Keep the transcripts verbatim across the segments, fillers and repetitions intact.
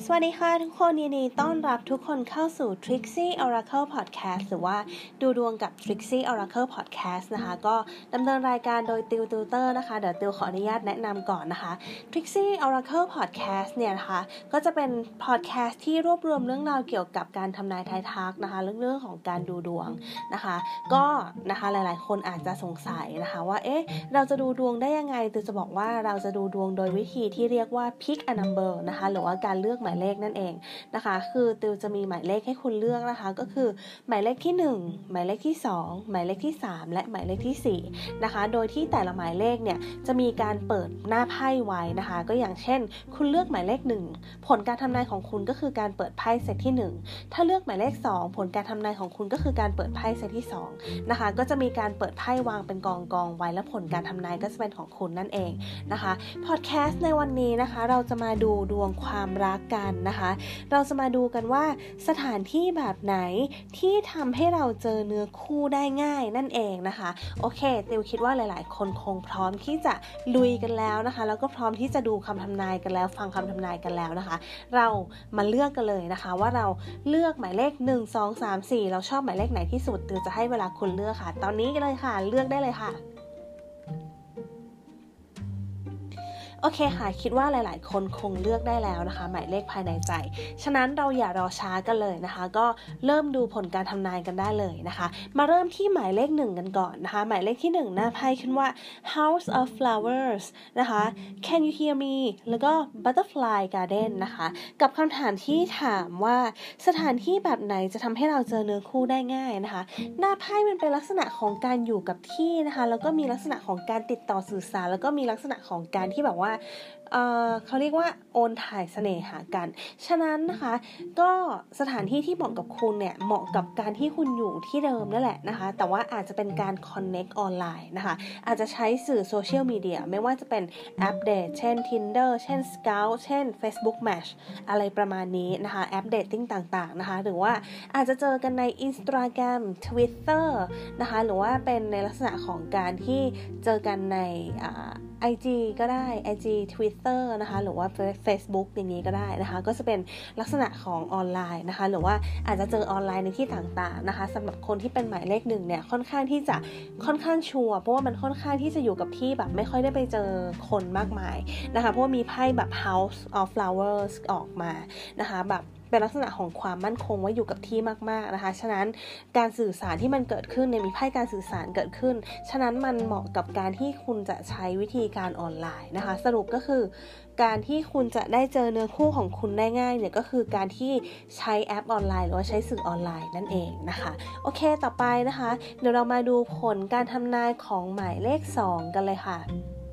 สวัสดีค่ะทุกคนยินดีต้อนรับทุกคนเข้าสู่ Trixie Oracle Podcast หรือว่าดูดวงกับ Trixie Oracle Podcast นะคะก็ดำเนินรายการโดยติวติวเตอร์นะคะเดี๋ยวติวขออนุญาตแนะนำก่อนนะคะ Trixie Oracle Podcast เนี่ยนะคะก็จะเป็น podcast ที่รวบรวมเรื่องราวเกี่ยวกับการทำนายทายทักนะคะเรื่องเรื่องของการดูดวงนะคะก็นะคะหลายๆคนอาจจะสงสัยนะคะว่าเอ๊ะเราจะดูดวงได้ยังไงติวจะบอกว่าเราจะดูดวงโดยวิธีที่เรียกว่า pick a number นะคะหรือว่าการเลือกหมายเลขนั่นเองนะคะคือติวจะมีหมายเลขให้คุณเลือกนะคะก็คือหมายเลขที่หนึ่งหมายเลขที่สองหมายเลขที่สามและหมายเลขที่สี่นะคะโดยที่แต่ละหมายเลขเนี่ยจะมีการเปิดหน้าไพ่ไว้นะคะก็อย่างเช่นคุณเลือกหมายเลขหนึ่งผลการทำนายของคุณก็คือการเปิดไพ่เซตที่หนึ่งถ้าเลือกหมายเลขสองผลการทำนายของคุณก็คือการเปิดไพ่เซตที่สองนะคะก็จะมีการเปิดไพ่วางเป็นกองกองไว้และผลการทำนายก็จะเป็นของคุณนั่นเองนะคะพอดแคสต์ในวันนี้นะคะเราจะมาดูดวงความรักกันนะคะเราจะมาดูกันว่าสถานที่แบบไหนที่ทำให้เราเจอเนื้อคู่ได้ง่ายนั่นเองนะคะโอเคติวคิดว่าหลายๆคนคงพร้อมที่จะลุยกันแล้วนะคะแล้วก็พร้อมที่จะดูคำทำนายกันแล้วฟังคำทำนายกันแล้วนะคะเรามาเลือกกันเลยนะคะว่าเราเลือกหมายเลขหนึ่ง สอง สาม สี่เราชอบหมายเลขไหนที่สุดติวจะให้เวลาคุณเลือกค่ะตอนนี้กันเลยค่ะเลือกได้เลยค่ะโอเคค่ะคิดว่าหลายๆคนคงเลือกได้แล้วนะคะหมายเลขภายในใจฉะนั้นเราอย่ารอช้ากันเลยนะคะก็เริ่มดูผลการทำนายกันได้เลยนะคะมาเริ่มที่หมายเลขหนึ่งกันก่อนนะคะหมายเลขที่หนึ่งหน้าไพ่ขึ้นว่า House of Flowers นะคะ Can you hear me แล้วก็ Butterfly Garden นะคะกับคำถามที่ถามว่าสถานที่แบบไหนจะทำให้เราเจอเนื้อคู่ได้ง่ายนะคะหน้าไพ่มันเป็นลักษณะของการอยู่กับที่นะคะแล้วก็มีลักษณะของการติดต่อสื่อสารแล้วก็มีลักษณะของการที่แบบว่าเอ่อเขาเรียกว่าโอนถ่ายเสน่หากันฉะนั้นนะคะก็สถานที่ที่เหมาะกับคุณเนี่ยเหมาะกับการที่คุณอยู่ที่เดิมนั่นแหละนะคะแต่ว่าอาจจะเป็นการ connect ออนไลน์นะคะอาจจะใช้สื่อโซเชียลมีเดียไม่ว่าจะเป็นแอปเดทเช่น Tinder เช่น Scout เช่น Facebook Match อะไรประมาณนี้นะคะแอปเดทติ้งต่างๆนะคะหรือว่าอาจจะเจอกันใน Instagram Twitter นะคะหรือว่าเป็นในลักษณะของการที่เจอกันในอ่าไอ จี ก็ได้ ไอ จี Twitter นะคะหรือว่า Facebook อย่างนี้ก็ได้นะคะก็จะเป็นลักษณะของออนไลน์นะคะหรือว่าอาจจะเจอออนไลน์ในที่ต่างๆนะคะสำหรับคนที่เป็นหมายเลขหนึ่งเนี่ยค่อนข้างที่จะค่อนข้างชัวร์เพราะว่ามันค่อนข้างที่จะอยู่กับที่แบบไม่ค่อยได้ไปเจอคนมากมายนะคะเพราะว่ามีไพ่แบบ House of Flowers ออกมานะคะแบบเป็นลักษณะของความมั่นคงว่าอยู่กับที่มากๆนะคะฉะนั้นการสื่อสารที่มันเกิดขึ้นเนี่ยมีไพ่การสื่อสารเกิดขึ้นฉะนั้นมันเหมาะกับการที่คุณจะใช้วิธีการออนไลน์นะคะสรุปก็คือการที่คุณจะได้เจอเนื้อคู่ของคุณได้ง่ายเนี่ยก็คือการที่ใช้แอปออนไลน์หรือว่าใช้สื่อออนไลน์นั่นเองนะคะโอเคต่อไปนะคะเดี๋ยวเรามาดูผลการทำนายของหมายเลขสองกันเลยค่ะ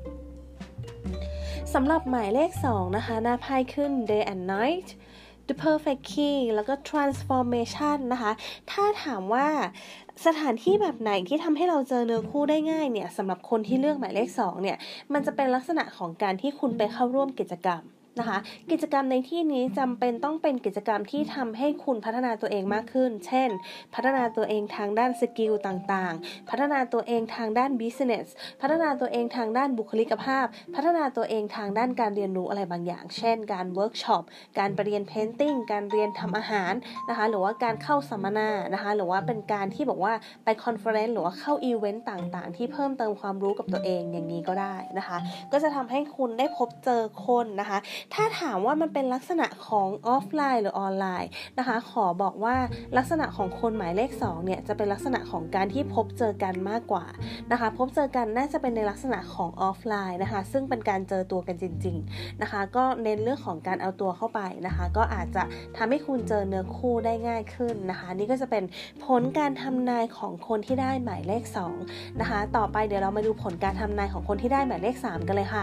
สำหรับหมายเลขสองนะคะหน้าไพ่ขึ้น Day and Night The Perfect Key แล้วก็ Transformation นะคะถ้าถามว่าสถานที่แบบไหนที่ทำให้เราเจอเนื้อคู่ได้ง่ายเนี่ยสำหรับคนที่เลือกหมายเลขสองเนี่ยมันจะเป็นลักษณะของการที่คุณไปเข้าร่วมกิจกรรมนะคะกิจกรรมในที่นี้จำเป็นต้องเป็นกิจกรรมที่ทำให้คุณพัฒนาตัวเองมากขึ้นเช่นพัฒนาตัวเองทางด้านสกิลต่างๆพัฒนาตัวเองทางด้าน business พัฒนาตัวเองทางด้านบุคลิกภาพพัฒนาตัวเองทางด้านการเรียนรู้อะไรบางอย่างเช่นการเวิร์กช็อปการไปเรียนเพนติ้งการเรียนทำอาหารนะคะหรือว่าการเข้าสัมมนานะคะหรือว่าเป็นการที่บอกว่าไปคอนเฟอเรนซ์หรือว่าเข้าอีเวนต์ต่างๆที่เพิ่มเติมความรู้กับตัวเองอย่างนี้ก็ได้นะคะก็จะทำให้คุณได้พบเจอคนนะคะถ้าถามว่ามันเป็นลักษณะของออฟไลน์หรือออนไลน์นะคะขอบอกว่าลักษณะของคนหมายเลขสองเนี่ยจะเป็นลักษณะของการที่พบเจอกันมากกว่านะคะพบเจอกันน่าจะเป็นในลักษณะของออฟไลน์นะคะซึ่งเป็นการเจอตัวกันจริงๆนะคะก็เน้นเรื่องของการเอาตัวเข้าไปนะคะก็อาจจะทำให้คุณเจอเนื้อคู่ได้ง่ายขึ้นนะคะนี่ก็จะเป็นผลการทำนายของคนที่ได้หมายเลขสองนะคะต่อไปเดี๋ยวเรามาดูผลการทำนายของคนที่ได้หมายเลขสามกันเลยค่ะ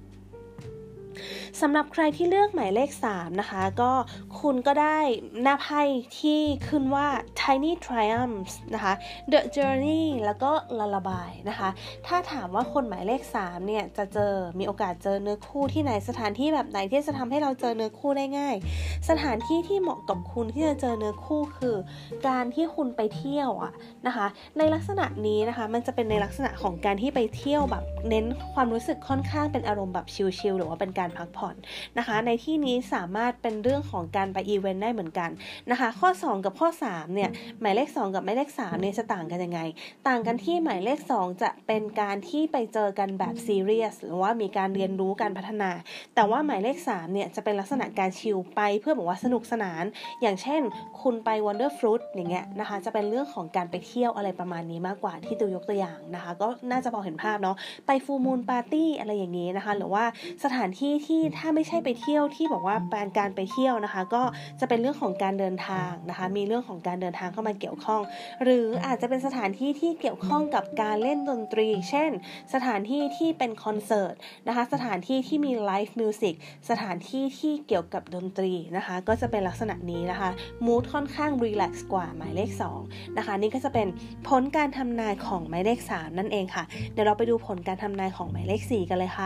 สำหรับใครที่เลือกหมายเลขสามนะคะก็คุณก็ได้หน้าไพ่ที่ขึ้นว่า Tiny Triumphs นะคะ The Journey แล้วก็ Lullaby นะคะถ้าถามว่าคนหมายเลขสามเนี่ยจะเจอมีโอกาสเจอเนื้อคู่ที่ไหนสถานที่แบบไหนที่จะทำให้เราเจอเนื้อคู่ได้ง่ายสถานที่ที่เหมาะกับคุณที่จะเจอเนื้อคู่คือการที่คุณไปเที่ยวอะนะคะในลักษณะนี้นะคะมันจะเป็นในลักษณะของการที่ไปเที่ยวแบบเน้นความรู้สึกค่อนข้างเป็นอารมณ์แบบชิลๆหรือว่าเป็นการพักผ่อนอนนะคะในที่นี้สามารถเป็นเรื่องของการไปอีเวนต์ได้เหมือนกันนะคะข้อสองกับข้อสามเนี่ยหมายเลขสองกับหมายเลขสามเนี่ยจะต่างกันยังไงต่างกันที่หมายเลขสองจะเป็นการที่ไปเจอกันแบบซีเรียสหรือว่ามีการเรียนรู้การพัฒนาแต่ว่าหมายเลขสามเนี่ยจะเป็นลักษณะการชิลไปเพื่อบอกว่าสนุกสนานอย่างเช่นคุณไป Wonder Fruit อย่างเงี้ยนะคะจะเป็นเรื่องของการไปเที่ยวอะไรประมาณนี้มากกว่าที่ตัวยกตัวอย่างนะคะก็น่าจะพอเห็นภาพเนาะไป Full Moon Party อะไรอย่างนี้นะคะหรือว่าสถานที่ที่ถ้าไม่ใช่ไปเที่ยวที่บอกว่าเป็นการไปเที่ยวนะคะก็จะเป็นเรื่องของการเดินทางนะคะมีเรื่องของการเดินทางเข้ามาเกี่ยวข้องหรืออาจจะเป็นสถานที่ที่เกี่ยวข้องกับการเล่นดนตรีเช่นสถานที่ที่เป็นคอนเสิร์ตนะคะสถานที่ที่มีไลฟ์มิวสิกสถานที่ที่เกี่ยวกับดนตรีนะคะก็จะเป็นลักษณะนี้นะคะมูดค่อนข้างรีแลกซ์กว่าหมายเลขสองนะคะนี่ก็จะเป็นผลการทำนายของหมายเลขสามนั่นเองค่ะเดี๋ยวเราไปดูผลการทำนายของหมายเลขสี่กันเลยค่ะ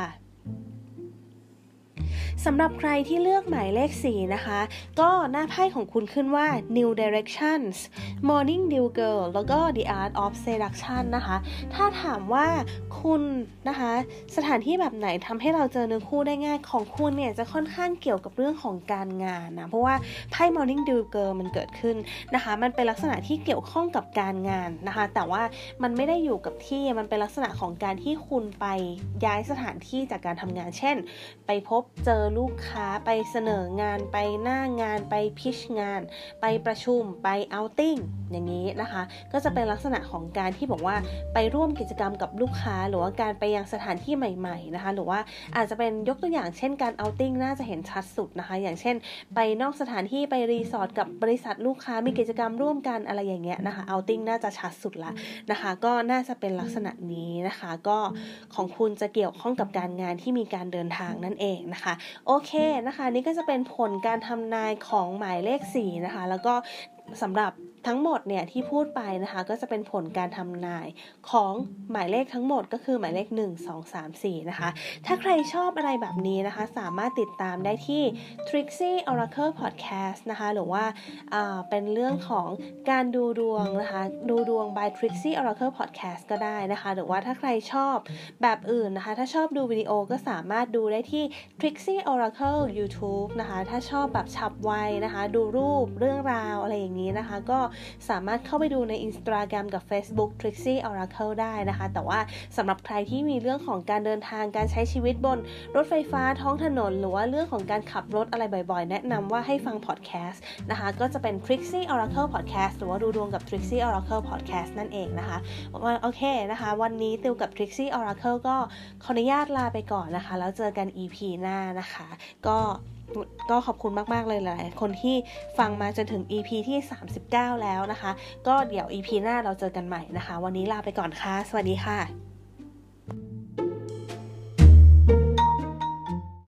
สำหรับใครที่เลือกหมายเลขสี่นะคะก็หน้าไพ่ของคุณขึ้นว่า New Directions Morning Dew Girl แล้วก็ The Art of Seduction นะคะถ้าถามว่าคุณนะคะสถานที่แบบไหนทำให้เราเจอเนื้อคู่ได้ง่ายของคุณเนี่ยจะค่อนข้างเกี่ยวกับเรื่องของการงานนะเพราะว่าไพ่ Morning Dew Girl มันเกิดขึ้นนะคะมันเป็นลักษณะที่เกี่ยวข้องกับการงานนะคะแต่ว่ามันไม่ได้อยู่กับที่มันเป็นลักษณะของการที่คุณไปย้ายสถานที่จากการทำงานเช่นไปพบเจอลูกค้าไปเสนองานไปหน้างานไปพิชงานไปประชุมไปเอาท์ติ้งอย่างนี้นะคะก็จะเป็นลักษณะของการที่บอกว่าไปร่วมกิจกรรมกับลูกค้าหรือว่าการไปยังสถานที่ใหม่ๆนะคะหรือว่าอาจจะเป็นยกตัวอย่างเช่นการเอาท์ติ้งน่าจะเห็นชัดสุดนะคะอย่างเช่นไปนอกสถานที่ไปรีสอร์ทกับบริษัทลูกค้ามีกิจกรรมร่วมกันอะไรอย่างเงี้ยนะคะเอาท์ติ้งน่าจะชัดสุดละนะคะก็น่าจะเป็นลักษณะนี้นะคะก็ของคุณจะเกี่ยวข้องกับการงานที่มีการเดินทางนั่นเองนะคะโอเคนะคะนี่ก็จะเป็นผลการทำนายของหมายเลขสี่นะคะแล้วก็สำหรับทั้งหมดเนี่ยที่พูดไปนะคะก็จะเป็นผลการทำนายของหมายเลขทั้งหมดก็คือหมายเลขหนึ่ง สอง สาม สี่นะคะถ้าใครชอบอะไรแบบนี้นะคะสามารถติดตามได้ที่ Trixie Oracle Podcast นะคะหรือว่าอ่าเป็นเรื่องของการดูดวงนะคะดูดวง by Trixie Oracle Podcast ก็ได้นะคะหรือว่าถ้าใครชอบแบบอื่นนะคะถ้าชอบดูวิดีโอก็สามารถดูได้ที่ Trixie Oracle YouTube นะคะถ้าชอบแบบฉับไวนะคะดูรูปเรื่องราวอะไรอย่างนี้นะคะก็สามารถเข้าไปดูใน Instagram กับ Facebook Trixie Oracle ได้นะคะแต่ว่าสำหรับใครที่มีเรื่องของการเดินทางการใช้ชีวิตบนรถไฟฟ้าท้องถนนหรือว่าเรื่องของการขับรถอะไรบ่อยๆแนะนำว่าให้ฟัง podcast นะคะก็จะเป็น Trixie Oracle Podcast หรือว่าดูดวงกับ Trixie Oracle Podcast นั่นเองนะคะโอเคนะคะวันนี้ติวกับ Trixie Oracle ก็ขออนุญาตลาไปก่อนนะคะแล้วเจอกัน อี พี หน้านะคะก็ก็ขอบคุณมากๆเลยหลายคนที่ฟังมาจนถึง อี พี ที่สามสิบเก้าแล้วนะคะก็เดี๋ยว อี พี หน้าเราเจอกันใหม่นะคะวันนี้ลาไปก่อนค่ะสวัสดีค่ะ